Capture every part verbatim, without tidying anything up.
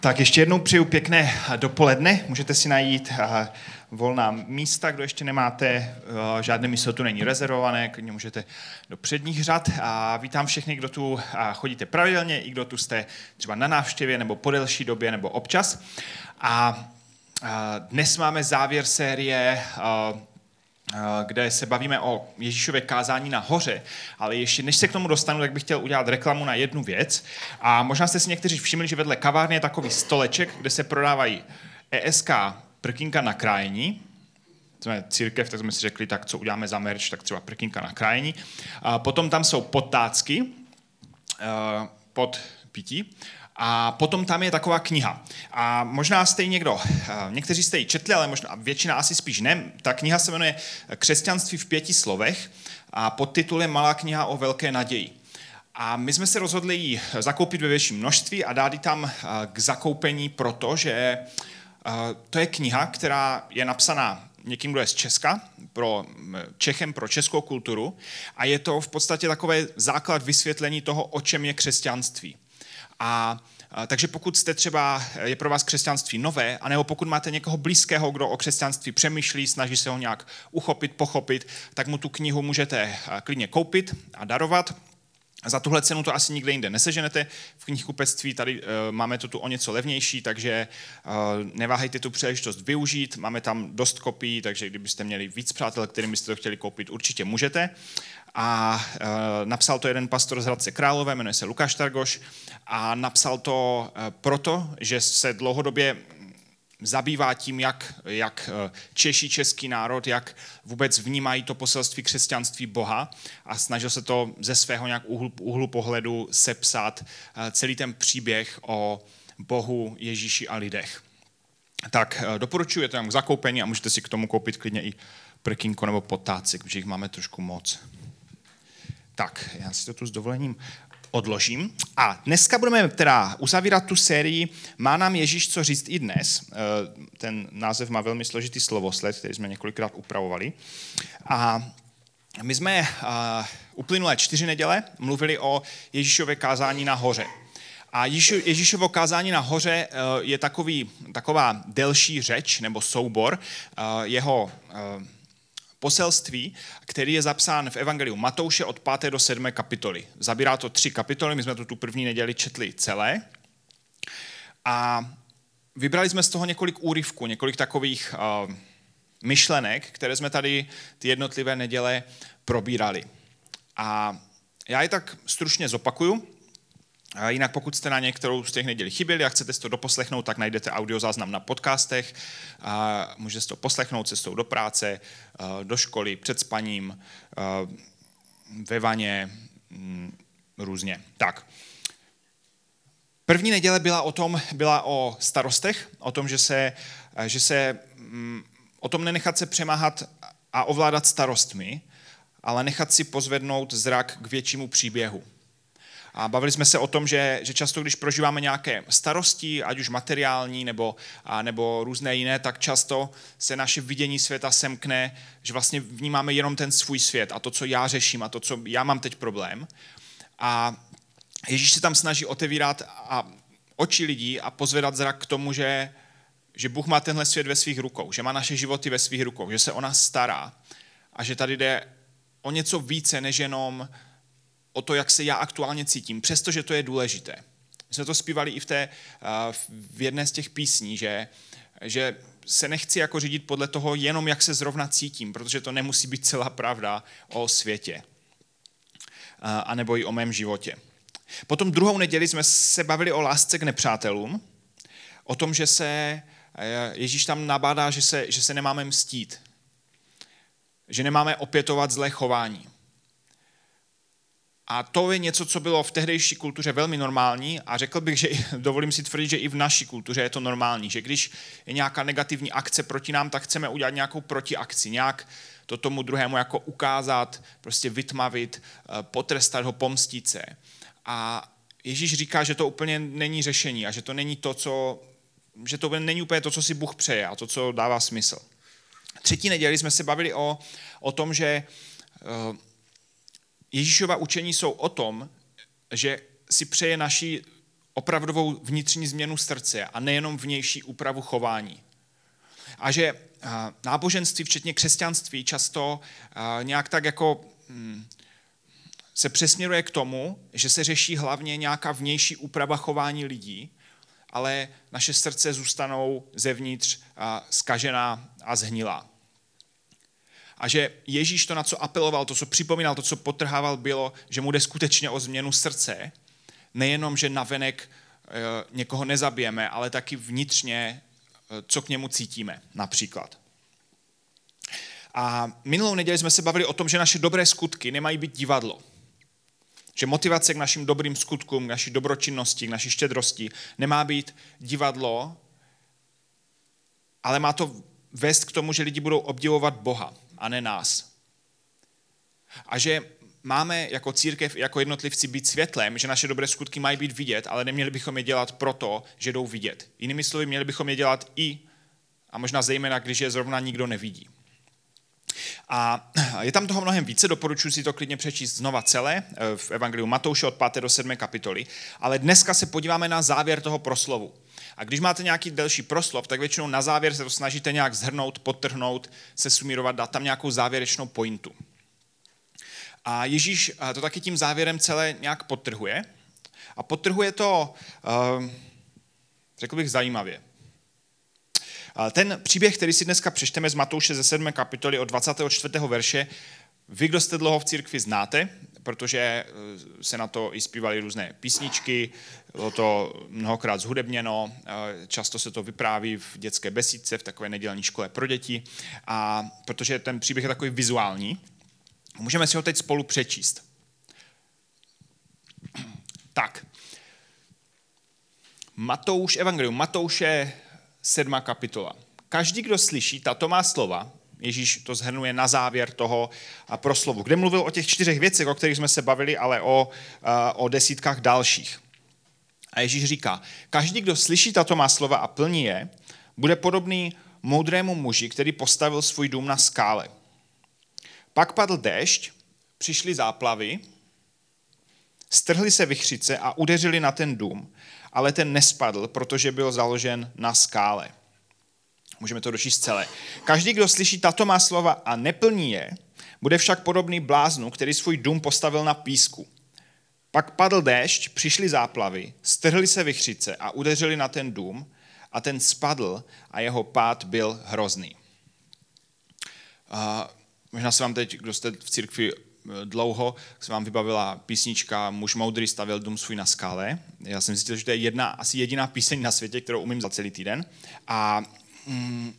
Tak ještě jednou přeju pěkné dopoledne. Můžete si najít volná místa, kdo ještě nemáte, žádné místo tu není rezervované, klidně můžete do předních řad. A vítám všechny, kdo tu chodíte pravidelně, i kdo tu jste třeba na návštěvě, nebo po delší době, nebo občas. A dnes máme závěr série, kde se bavíme o Ježíšově kázání na hoře, ale ještě než se k tomu dostanu, tak bych chtěl udělat reklamu na jednu věc. A možná jste si někteří všimli, že vedle kavárny je takový stoleček, kde se prodávají E S K prkínka na krájení. Jsme církev, tak jsme si řekli, tak co uděláme za merch, tak třeba prkínka na krájení. A potom tam jsou podtácky pod pití. A potom tam je taková kniha. A možná jste ji někdo, někteří jste ji četli, ale možná většina asi spíš ne. Ta kniha se jmenuje Křesťanství v pěti slovech a podtitul je Malá kniha o velké naději. A my jsme se rozhodli ji zakoupit ve větším množství a dát ji tam k zakoupení, protože to je kniha, která je napsaná někým, kdo je z Česka, pro Čechem, pro českou kulturu. A je to v podstatě takový základ vysvětlení toho, o čem je křesťanství. A, a takže pokud jste třeba, je pro vás křesťanství nové, anebo pokud máte někoho blízkého, kdo o křesťanství přemýšlí, snaží se ho nějak uchopit, pochopit, tak mu tu knihu můžete klidně koupit a darovat. Za tuhle cenu to asi nikde jinde neseženete. V knihkupectví tady uh, máme to tu o něco levnější, takže uh, neváhejte tu příležitost využít. Máme tam dost kopií, takže kdybyste měli víc přátel, kterým byste to chtěli koupit, určitě můžete. A uh, napsal to jeden pastor z Hradce Králové, jmenuje se Lukáš Targoš, a napsal to uh, proto, že se dlouhodobě zabývá tím, jak, jak Češi, český národ, jak vůbec vnímají to poselství křesťanství Boha a snažil se to ze svého nějak úhlu, úhlu pohledu sepsat celý ten příběh o Bohu, Ježíši a lidech. Tak doporučuji, je to k zakoupení a můžete si k tomu koupit klidně i prkínko nebo potácek, protože jich máme trošku moc. Tak, já si to tu s dovolením odložím. A dneska budeme teda uzavírat tu sérii Má nám Ježíš co říct i dnes. Ten název má velmi složitý slovosled, který jsme několikrát upravovali. A my jsme uplynulé čtyři neděle mluvili o Ježíšově kázání na hoře. A Ježíšovo kázání na hoře je takový, taková delší řeč nebo soubor jeho poselství, který je zapsán v Evangeliu Matouše od páté do sedmé kapitoly. Zabírá to tři kapitoly, my jsme to tu první neděli četli celé. A vybrali jsme z toho několik úryvků, několik takových uh, myšlenek, které jsme tady ty jednotlivé neděle probírali. A já je tak stručně zopakuju. A jinak pokud jste na některou z těch nedělí chyběli a chcete si to doposlechnout, tak najdete audiozáznam na podcastech. A můžete si to poslechnout cestou do práce, do školy, před spaním, ve vaně, různě. Tak. První neděle byla o tom, byla o starostech, o tom, že se, že se o tom nenechat se přemáhat a ovládat starostmi, ale nechat si pozvednout zrak k většímu příběhu. A bavili jsme se o tom, že, že často, když prožíváme nějaké starosti, ať už materiální nebo, a, nebo různé jiné, tak často se naše vidění světa semkne, že vlastně vnímáme jenom ten svůj svět a to, co já řeším a to, co já mám teď problém. A Ježíš se tam snaží otevírat a oči lidí a pozvedat zrak k tomu, že, že Bůh má tenhle svět ve svých rukou, že má naše životy ve svých rukou, že se o nás stará a že tady jde o něco více, než jenom o to, jak se já aktuálně cítím, přestože to je důležité. My jsme to zpívali i v, té, v jedné z těch písní, že, že se nechci jako řídit podle toho jenom, jak se zrovna cítím, protože to nemusí být celá pravda o světě, anebo i o mém životě. Potom druhou neděli jsme se bavili o lásce k nepřátelům, o tom, že se Ježíš tam nabádá, že se, že se nemáme mstít, že nemáme opětovat zlé chování. A to je něco, co bylo v tehdejší kultuře velmi normální a řekl bych, že dovolím si tvrdit, že i v naší kultuře je to normální, že když je nějaká negativní akce proti nám, tak chceme udělat nějakou protiakci, nějak to tomu druhému jako ukázat, prostě vytmavit, potrestat ho, pomstít se. A Ježíš říká, že to úplně není řešení a že to není to, co, že to není úplně to, co si Bůh přeje a to, co dává smysl. Třetí neděli jsme se bavili o, o tom, že Ježíšova učení jsou o tom, že si přeje naši opravdovou vnitřní změnu srdce a nejenom vnější úpravu chování. A že náboženství, včetně křesťanství, často nějak tak jako se přesměruje k tomu, že se řeší hlavně nějaká vnější úprava chování lidí, ale naše srdce zůstanou zevnitř zkažená a zhnilá. A že Ježíš to, na co apeloval, to, co připomínal, to, co podtrhával, bylo, že mu jde skutečně o změnu srdce. Nejenom, že navenek někoho nezabijeme, ale taky vnitřně, co k němu cítíme, například. A minulou neděli jsme se bavili o tom, že naše dobré skutky nemají být divadlo. Že motivace k našim dobrým skutkům, k naší dobročinnosti, k naší štědrosti nemá být divadlo, ale má to vést k tomu, že lidi budou obdivovat Boha a ne nás. A že máme jako církev, jako jednotlivci být světlem, že naše dobré skutky mají být vidět, ale neměli bychom je dělat proto, že jdou vidět. Jinými slovy, měli bychom je dělat i, a možná zejména, když je zrovna nikdo nevidí. A je tam toho mnohem více, doporučuji si to klidně přečíst znova celé v Evangeliu Matouše od páté do sedmé kapitoly, ale dneska se podíváme na závěr toho proslovu. A když máte nějaký delší proslov, tak většinou na závěr se to snažíte nějak zhrnout, podtrhnout, sesumírovat, dát tam nějakou závěrečnou pointu. A Ježíš to taky tím závěrem celé nějak podtrhuje. A podtrhuje to, řekl bych, zajímavě. Ten příběh, který si dneska přečteme z Matouše ze sedmé kapitoly od dvacátého čtvrtého verše, vy, kdo jste dlouho v církvi, znáte, protože se na to i zpívaly různé písničky, bylo to mnohokrát zhudebněno, často se to vypráví v dětské besídce, v takové nedělní škole pro děti, a protože ten příběh je takový vizuální, můžeme si ho teď spolu přečíst. Tak. Matouš, Evangelium Matouše, sedmá kapitola. Každý, kdo slyší tato má slova, Ježíš to shrnuje na závěr toho proslovu, kde mluvil o těch čtyřech věcech, o kterých jsme se bavili, ale o, o desítkách dalších. A Ježíš říká, každý, kdo slyší tato má slova a plní je, bude podobný moudrému muži, který postavil svůj dům na skále. Pak padl déšť, přišly záplavy, strhly se vichřice a udeřili na ten dům, ale ten nespadl, protože byl založen na skále. Můžeme to dočíst celé. Každý, kdo slyší tato má slova a neplní je, bude však podobný bláznu, který svůj dům postavil na písku. Pak padl déšť, přišly záplavy, strhly se vichřice a udeřili na ten dům a ten spadl a jeho pád byl hrozný. Uh, možná se vám teď, kdo jste v církvi dlouho, se vám vybavila písnička Muž moudrý stavěl dům svůj na skále. Já jsem zjistil, že to je jedna, asi jediná píseň na světě, kterou umím za celý týden. A mm,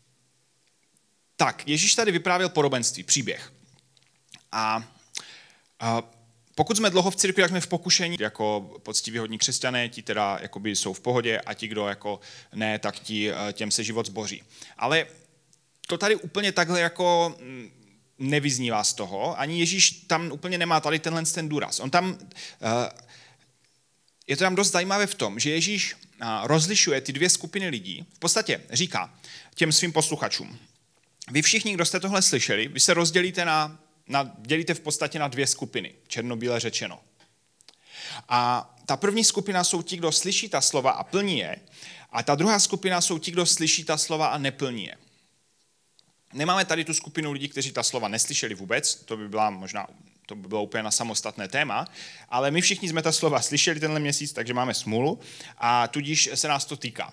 tak, Ježíš tady vyprávěl podobenství, příběh. A, a pokud jsme dlouho v církvi, tak jsme v pokušení, jako poctiví hodní křesťané, ti teda jakoby jsou v pohodě a ti, kdo jako ne, tak ti, těm se život zboří. Ale to tady úplně takhle jako nevyznívá z toho, ani Ježíš tam úplně nemá tady tenhle ten důraz. On tam, je to tam dost zajímavé v tom, že Ježíš rozlišuje ty dvě skupiny lidí. V podstatě říká těm svým posluchačům, vy všichni, kdo jste tohle slyšeli, vy se rozdělíte na, na dělíte v podstatě na dvě skupiny, černobíle řečeno. A ta první skupina jsou ti, kdo slyší ta slova a plní je, a ta druhá skupina jsou ti, kdo slyší ta slova a neplní je. Nemáme tady tu skupinu lidí, kteří ta slova neslyšeli vůbec, to by byla možná, to by bylo úplně na samostatné téma, ale my všichni jsme ta slova slyšeli tenhle měsíc, takže máme smůlu a tudíž se nás to týká.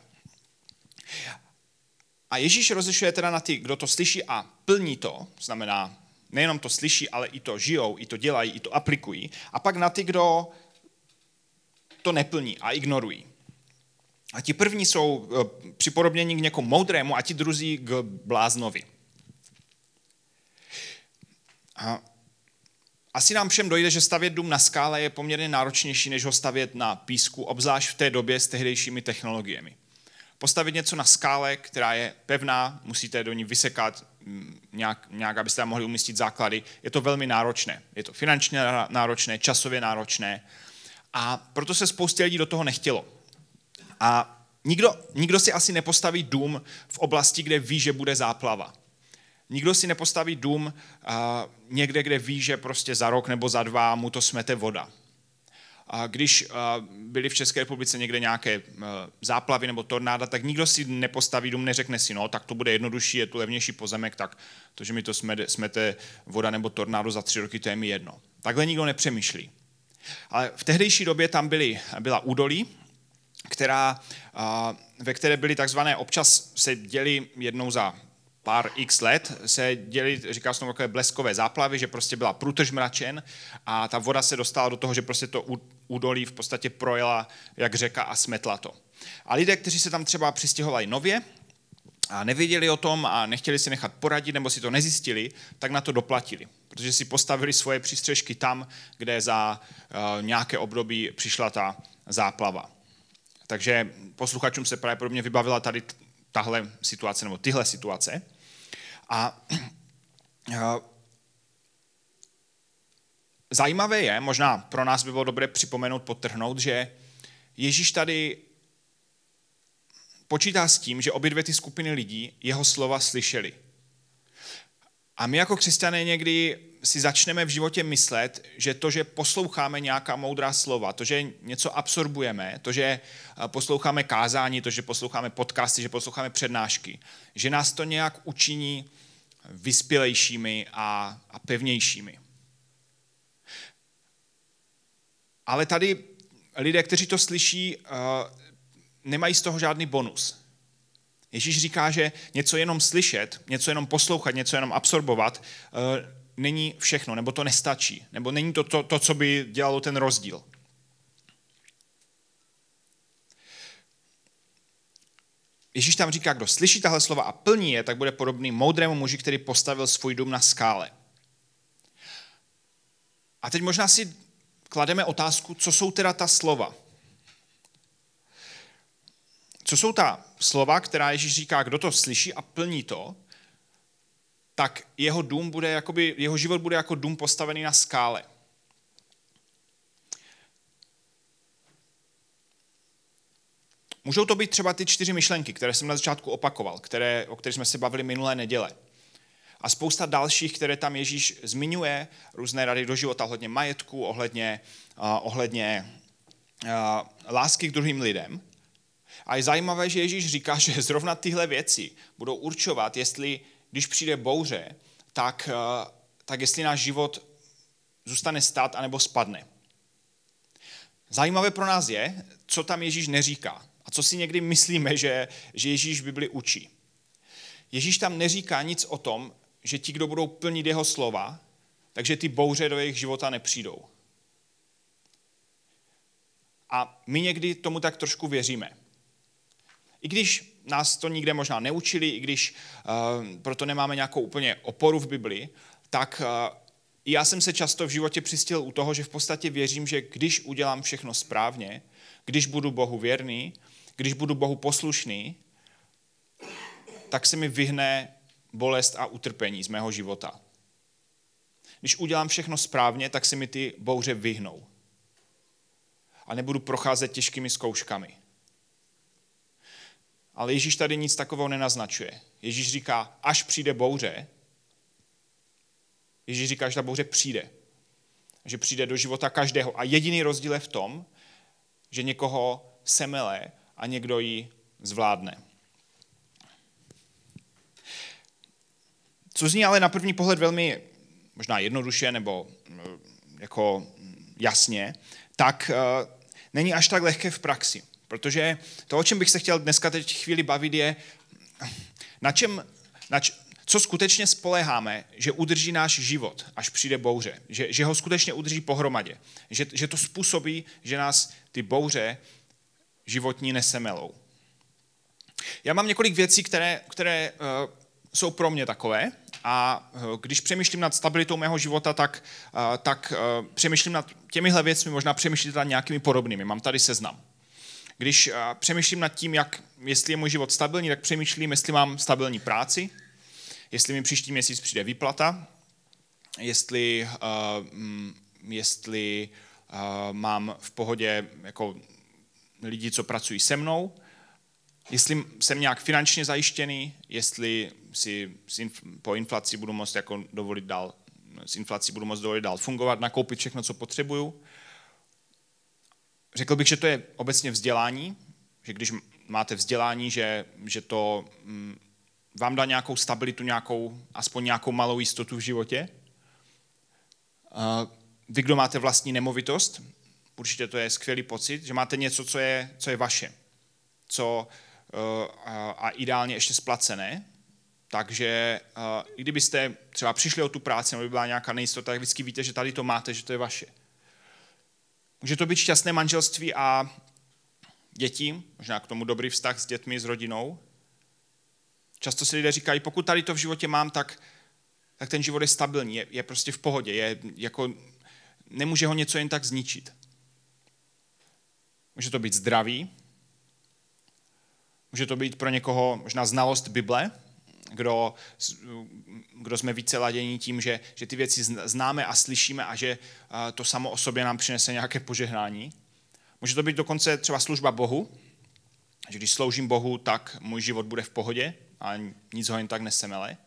A Ježíš rozlišuje teda na ty, kdo to slyší a plní to, znamená nejenom to slyší, ale i to žijou, i to dělají, i to aplikují, a pak na ty, kdo to neplní a ignorují. A ti první jsou připodobněni k někomu moudrému a ti druzí k bláznovi. A asi nám všem dojde, že stavět dům na skále je poměrně náročnější, než ho stavět na písku, obzvlášť v té době s tehdejšími technologiemi. Postavit něco na skále, která je pevná, musíte do ní vysekat nějak, nějak, abyste tam mohli umístit základy, je to velmi náročné. Je to finančně náročné, časově náročné a proto se spoustě lidí do toho nechtělo. A nikdo, nikdo si asi nepostaví dům v oblasti, kde ví, že bude záplava. Nikdo si nepostaví dům uh, někde, kde ví, že prostě za rok nebo za dva mu to smete voda. a když byly v České republice někde nějaké záplavy nebo tornáda, tak nikdo si nepostaví dům, neřekne si, no, tak to bude jednodušší, je tu levnější pozemek, tak to, že mi to smete voda nebo tornádo za tři roky, to je mi jedno. Takhle nikdo nepřemýšlí. Ale v tehdejší době tam byly, byla údolí, která, ve které byly takzvané, občas se děli jednou za pár x let, se děli, říká se tomu takové bleskové záplavy, že prostě byla průtrž mračen a ta voda se dostala do toho, že prostě to údolí v podstatě projela jak řeka a smetla to. A lidé, kteří se tam třeba přistěhovali nově a nevěděli o tom a nechtěli si nechat poradit nebo si to nezjistili, tak na to doplatili, protože si postavili svoje přístřežky tam, kde za uh, nějaké období přišla ta záplava. Takže posluchačům se pravděpodobně vybavila tady tahle situace nebo tyhle situace. A uh, zajímavé je, možná pro nás by bylo dobré připomenout, podtrhnout, že Ježíš tady počítá s tím, že obě dvě ty skupiny lidí jeho slova slyšeli. A my jako křesťané někdy si začneme v životě myslet, že to, že posloucháme nějaká moudrá slova, to, že něco absorbujeme, to, že posloucháme kázání, to, že posloucháme podcasty, že posloucháme přednášky, že nás to nějak učiní vyspělejšími a, a pevnějšími. Ale tady lidé, kteří to slyší, nemají z toho žádný bonus. Ježíš říká, že něco jenom slyšet, něco jenom poslouchat, něco jenom absorbovat, není všechno, nebo to nestačí, nebo není to to, to co by dělalo ten rozdíl. Ježíš tam říká, kdo slyší tahle slova a plní je, tak bude podobný moudrému muži, který postavil svůj dům na skále. A teď možná si klademe otázku, co jsou teda ta slova. Co jsou ta slova, která Ježíš říká, kdo to slyší a plní to, tak jeho dům bude, jakoby, jeho život bude jako dům postavený na skále. Můžou to být třeba ty čtyři myšlenky, které jsem na začátku opakoval, které, o kterých jsme se bavili minulé neděle. A spousta dalších, které tam Ježíš zmiňuje, různé rady do života ohledně majetku, ohledně, uh, ohledně uh, lásky k druhým lidem. A je zajímavé, že Ježíš říká, že zrovna tyhle věci budou určovat, jestli, když přijde bouře, tak, tak jestli náš život zůstane stát anebo spadne. Zajímavé pro nás je, co tam Ježíš neříká a co si někdy myslíme, že, že Ježíš v Bibli učí. Ježíš tam neříká nic o tom, že ti, kdo budou plnit jeho slova, takže ty bouře do jejich života nepřijdou. A my někdy tomu tak trošku věříme. I když nás to nikde možná neučili, i když uh, proto nemáme nějakou úplně oporu v Biblii, tak uh, já jsem se často v životě přistil u toho, že v podstatě věřím, že když udělám všechno správně, když budu Bohu věrný, když budu Bohu poslušný, tak se mi vyhne bolest a utrpení z mého života. Když udělám všechno správně, tak se mi ty bouře vyhnou. A nebudu procházet těžkými zkouškami. Ale Ježíš tady nic takového nenaznačuje. Ježíš říká, až přijde bouře, Ježíš říká, že ta bouře přijde. Že přijde do života každého. A jediný rozdíl je v tom, že někoho semele a někdo ji zvládne. Co zní ale na první pohled velmi možná jednoduše nebo jako jasně, tak uh, není až tak lehké v praxi. Protože to, o čem bych se chtěl dneska teď chvíli bavit, je, na čem, na č, co skutečně spoléháme, že udrží náš život, až přijde bouře. Že, že ho skutečně udrží pohromadě. Že, že to způsobí, že nás ty bouře životní nesemelou. Já mám několik věcí, které, které uh, jsou pro mě takové. A uh, když přemýšlím nad stabilitou mého života, tak, uh, tak uh, přemýšlím nad těmihle věcmi, možná přemýšlím nad nějakými podobnými. Mám tady seznam. Když přemýšlím nad tím, jak, jestli je můj život stabilní, tak přemýšlím, jestli mám stabilní práci, jestli mi příští měsíc přijde výplata, jestli, uh, jestli uh, mám v pohodě jako lidi, co pracují se mnou, jestli jsem nějak finančně zajištěný, jestli si po inflaci budu moct jako dovolit dál, s inflací budu moct dovolit dál fungovat, nakoupit všechno, co potřebuju. řekl bych, že to je obecně vzdělání, že když máte vzdělání, že, že to mm, vám dá nějakou stabilitu, nějakou, aspoň nějakou malou jistotu v životě. Uh, vy, kdo máte vlastní nemovitost, určitě to je skvělý pocit, že máte něco, co je, co je vaše, co uh, a, a ideálně ještě splacené. Takže uh, i kdybyste třeba přišli o tu práci, nebo by byla nějaká nejistota, tak vždycky víte, že tady to máte, že to je vaše. Může to být šťastné manželství a děti, možná k tomu dobrý vztah s dětmi, s rodinou. Často si lidé říkají, pokud tady to v životě mám, tak, tak ten život je stabilní, je, je prostě v pohodě, je, jako, nemůže ho něco jen tak zničit. Může to být zdraví, může to být pro někoho možná znalost Bible, kdo, kdo jsme více ladění tím, že, že ty věci známe a slyšíme a že to samo o sobě nám přinese nějaké požehnání. Může to být dokonce třeba služba Bohu, že když sloužím Bohu, tak můj život bude v pohodě a nic ho jen tak nesemele.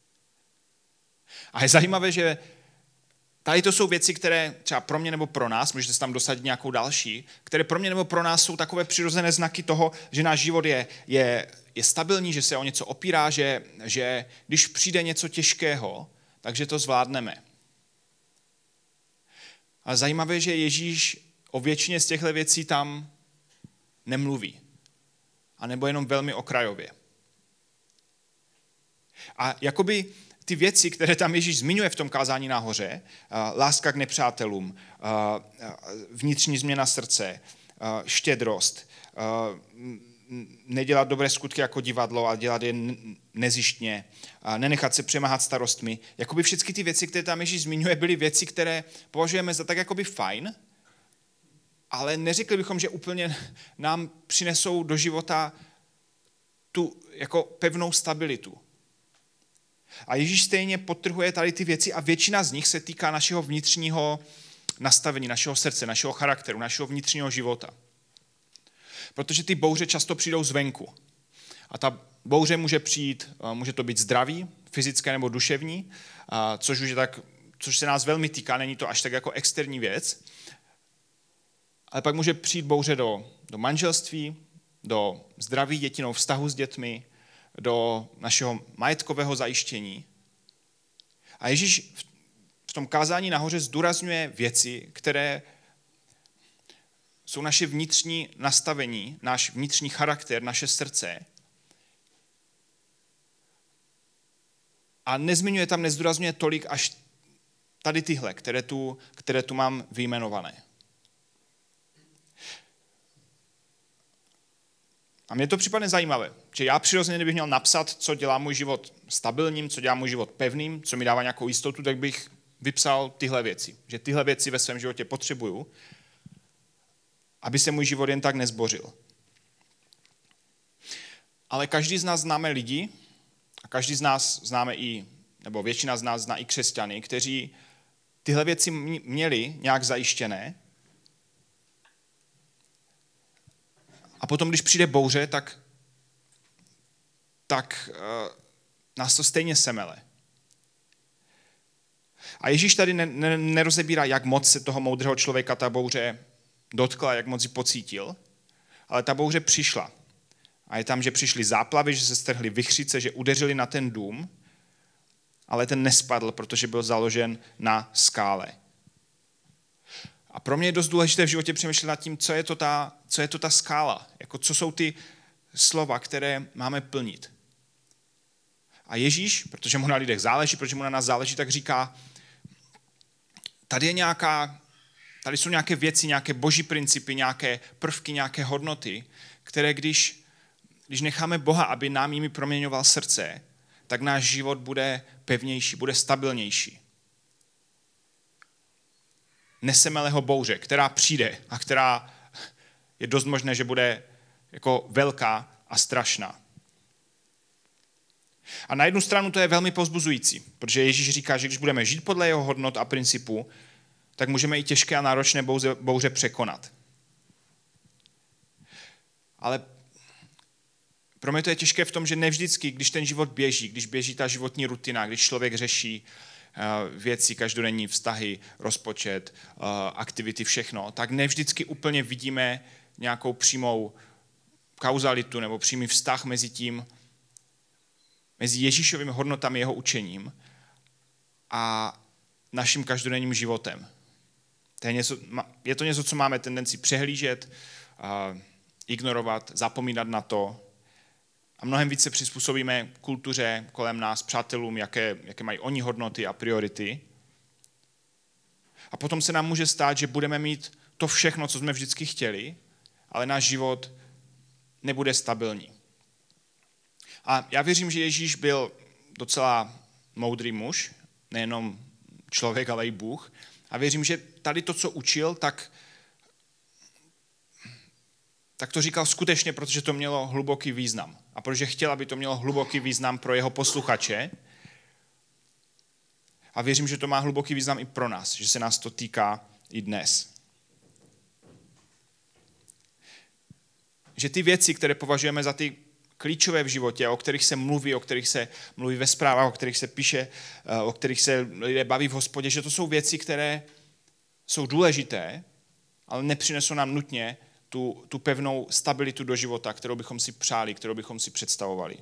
A je zajímavé, že tady to jsou věci, které třeba pro mě nebo pro nás, můžete si tam dosadit nějakou další, které pro mě nebo pro nás jsou takové přirozené znaky toho, že náš život je, je, je stabilní, že se o něco opírá, že, že když přijde něco těžkého, takže to zvládneme. Ale zajímavé, že Ježíš o většině z těchto věcí tam nemluví. A nebo jenom velmi okrajově. A jakoby ty věci, které tam Ježíš zmiňuje v tom kázání nahoře, láska k nepřátelům, vnitřní změna srdce, štědrost, nedělat dobré skutky jako divadlo a dělat je nezištně, nenechat se přemáhat starostmi. Jakoby všechny ty věci, které tam Ježíš zmiňuje, byly věci, které považujeme za tak jakoby fajn, ale neřekli bychom, že úplně nám přinesou do života tu jako pevnou stabilitu. A Ježíš stejně podtrhuje tady ty věci a většina z nich se týká našeho vnitřního nastavení, našeho srdce, našeho charakteru, našeho vnitřního života. Protože ty bouře často přijdou zvenku. A ta bouře může přijít, může to být zdraví, fyzické nebo duševní, což už je tak, což se nás velmi týká, není to až tak jako externí věc. Ale pak může přijít bouře do, do manželství, do zdraví dětinou vztahu s dětmi, do našeho majetkového zajištění. A Ježíš v tom kázání nahoře zdůrazňuje věci, které jsou naše vnitřní nastavení, náš vnitřní charakter, naše srdce. A nezmiňuje tam, nezdůrazňuje tolik až tady tyhle, které tu, které tu mám vyjmenované. A mně to připadne zajímavé, že já přirozeně, kdybych měl napsat, co dělá můj život stabilním, co dělá můj život pevným, co mi dává nějakou jistotu, tak bych vypsal tyhle věci. Že tyhle věci ve svém životě potřebuju, aby se můj život jen tak nezbořil. Ale každý z nás známe lidi, a každý z nás známe i, nebo většina z nás zná i křesťany, kteří tyhle věci měli nějak zajištěné. A potom, když přijde bouře, tak, tak uh, nás to stejně semele. A Ježíš tady ne, ne, nerozebírá, jak moc se toho moudrého člověka ta bouře dotkla, jak moc ji pocítil, ale ta bouře přišla. A je tam, že přišly záplavy, že se strhly vichřice, že udeřili na ten dům, ale ten nespadl, protože byl založen na skále. A pro mě je dost důležité v životě přemýšlet nad tím, co je to ta, co je to ta skála, jako co jsou ty slova, které máme plnit. A Ježíš, protože mu na lidech záleží, protože mu na nás záleží, tak říká, tady je nějaká, tady jsou nějaké věci, nějaké boží principy, nějaké prvky, nějaké hodnoty, které když, když necháme Boha, aby nám jimi proměňoval srdce, tak náš život bude pevnější, bude stabilnější. Nesemeleho bouře, která přijde a která je dost možné, že bude jako velká a strašná. A na jednu stranu to je velmi povzbuzující, protože Ježíš říká, že když budeme žít podle jeho hodnot a principů, tak můžeme i těžké a náročné bouře, bouře překonat. Ale pro mě to je těžké v tom, že nevždycky, když ten život běží, když běží ta životní rutina, když člověk řeší věci, každodenní vztahy, rozpočet, aktivity, všechno, tak ne vždycky úplně vidíme nějakou přímou kauzalitu nebo přímý vztah mezi tím, mezi Ježíšovými hodnotami, jeho učením a naším každodenním životem. To je, něco, je to něco, co máme tendenci přehlížet, ignorovat, zapomínat na to a mnohem více přizpůsobíme kultuře kolem nás, přátelům, jaké, jaké mají oni hodnoty a priority. A potom se nám může stát, že budeme mít to všechno, co jsme vždycky chtěli, ale náš život nebude stabilní. A já věřím, že Ježíš byl docela moudrý muž, nejenom člověk, ale i Bůh. A věřím, že tady to, co učil, tak, tak to říkal skutečně, protože to mělo hluboký význam. A protože chtěl, aby to mělo hluboký význam pro jeho posluchače. A věřím, že to má hluboký význam i pro nás, že se nás to týká i dnes. Že ty věci, které považujeme za ty klíčové v životě, o kterých se mluví, o kterých se mluví ve zprávách, o kterých se píše, o kterých se lidé baví v hospodě, že to jsou věci, které jsou důležité, ale nepřinesou nám nutně tu, tu pevnou stabilitu do života, kterou bychom si přáli, kterou bychom si představovali.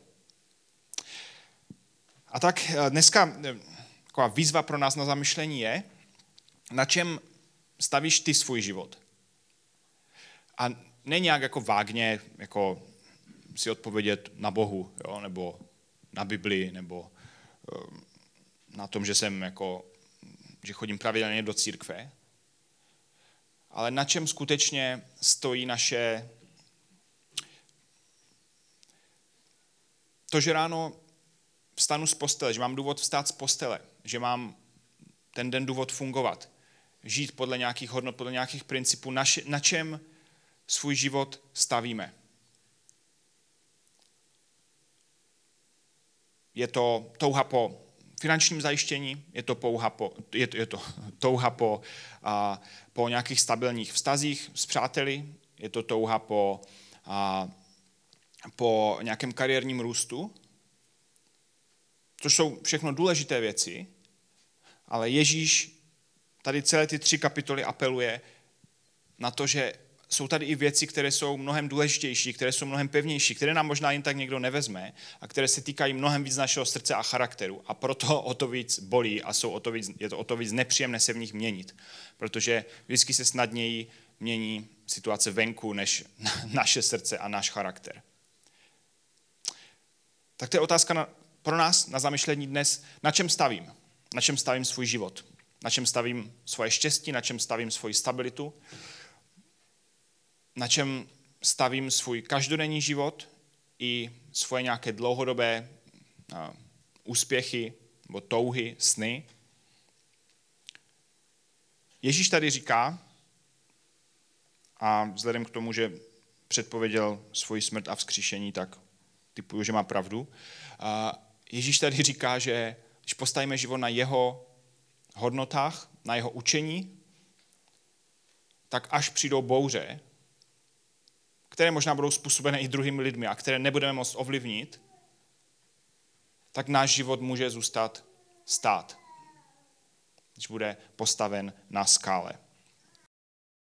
A tak dneska taková výzva pro nás na zamyšlení je, na čem stavíš ty svůj život. A ne nějak jako vágně, jako si odpovědět na Bohu, jo, nebo na Bibli, nebo um, na tom, že jsem jako, že chodím pravidelně do církve, ale na čem skutečně stojí naše to, že ráno vstanu z postele, že mám důvod vstát z postele, že mám ten den důvod fungovat, žít podle nějakých hodnot, podle nějakých principů, na, na čem svůj život stavíme. Je to touha po finančním zajištění, je to, pouha po, je to, je to touha po, a, po nějakých stabilních vztazích s přáteli, je to touha po, a, po nějakém kariérním růstu, což jsou všechno důležité věci, ale Ježíš tady celé ty tři kapitoly apeluje na to, že jsou tady i věci, které jsou mnohem důležitější, které jsou mnohem pevnější, které nám možná jen tak někdo nevezme a které se týkají mnohem víc našeho srdce a charakteru a proto o to víc bolí a jsou o to víc, je to o to víc nepříjemné se v nich měnit, protože vždycky se snadněji mění situace venku než naše srdce a náš charakter. Tak to je otázka na, pro nás na zamyšlení dnes, na čem stavím, na čem stavím svůj život, na čem stavím svoje štěstí, na čem stavím svoji stabilitu, na čem stavím svůj každodenní život i svoje nějaké dlouhodobé uh, úspěchy nebo touhy, sny. Ježíš tady říká, a vzhledem k tomu, že předpověděl svoji smrt a vzkříšení, tak typuju, že má pravdu. Uh, Ježíš tady říká, že když postavíme život na jeho hodnotách, na jeho učení, tak až přijdou bouře, které možná budou způsobené i druhými lidmi a které nebudeme moct ovlivnit, tak náš život může zůstat stát, když bude postaven na skále.